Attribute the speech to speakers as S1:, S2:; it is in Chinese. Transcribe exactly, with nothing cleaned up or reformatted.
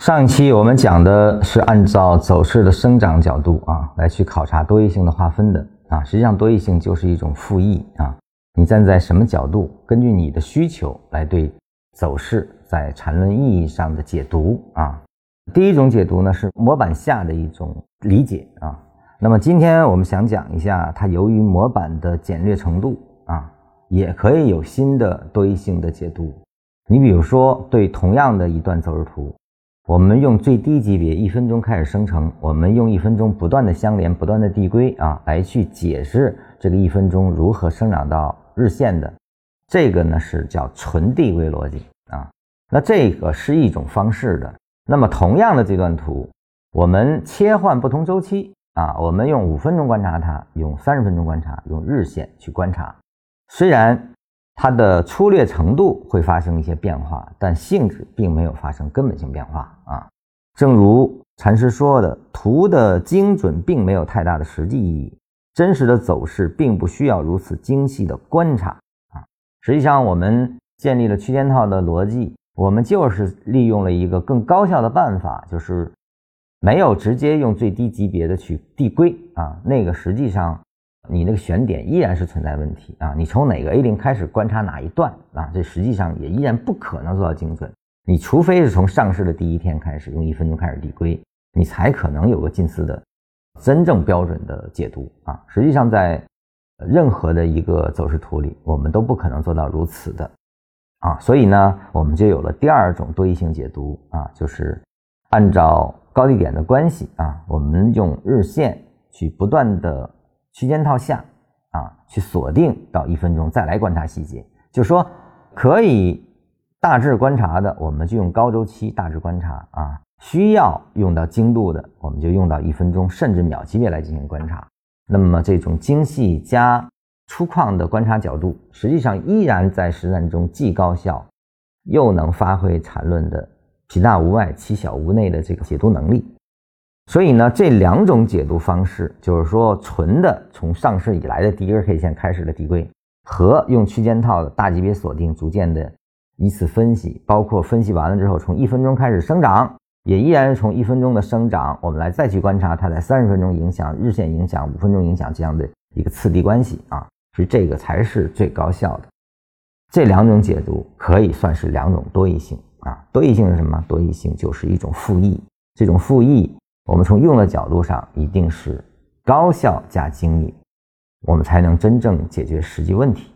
S1: 上一期我们讲的是按照走势的生长角度啊来去考察多异性的划分的啊，实际上多异性就是一种复议啊，你站在什么角度，根据你的需求来对走势在缠论意义上的解读啊。第一种解读呢是模板下的一种理解啊，那么今天我们想讲一下它由于模板的简略程度啊，也可以有新的多异性的解读。你比如说对同样的一段走势图，我们用最低级别一分钟开始生成，我们用一分钟不断的相连不断的递归啊，来去解释这个一分钟如何生长到日线的，这个呢是叫纯递归逻辑啊。那这个是一种方式的。那么同样的这段图，我们切换不同周期啊，我们用五分钟观察它，用三十分钟观察，用日线去观察，虽然它的粗略程度会发生一些变化，但性质并没有发生根本性变化啊。正如禅师说的，图的精准并没有太大的实际意义，真实的走势并不需要如此精细的观察啊。实际上我们建立了区间套的逻辑，我们就是利用了一个更高效的办法，就是没有直接用最低级别的去递归啊，那个实际上你那个选点依然是存在问题啊！你从哪个 A 零 开始观察哪一段啊？这实际上也依然不可能做到精准。你除非是从上市的第一天开始用一分钟开始递归，你才可能有个近似的真正标准的解读啊！实际上在任何的一个走势图里，我们都不可能做到如此的啊！所以呢，我们就有了第二种多异性解读啊，就是按照高低点的关系啊，我们用日线去不断的区间套下啊，去锁定到一分钟，再来观察细节。就说可以大致观察的，我们就用高周期大致观察啊；需要用到精度的，我们就用到一分钟甚至秒级别来进行观察。那么这种精细加粗犷的观察角度，实际上依然在实战中既高效，又能发挥缠论的其大无外，其小无内的这个解读能力。所以呢，这两种解读方式，就是说纯的从上市以来的第一根 K 线开始的递归，和用区间套的大级别锁定逐渐的依次分析，包括分析完了之后从一分钟开始生长，也依然是从一分钟的生长，我们来再去观察它在三十分钟影响、日线影响、五分钟影响这样的一个次第关系啊，是这个才是最高效的。这两种解读可以算是两种多异性啊。多异性是什么？多异性就是一种复议，这种复议我们从用的角度上一定是高效加精密，我们才能真正解决实际问题。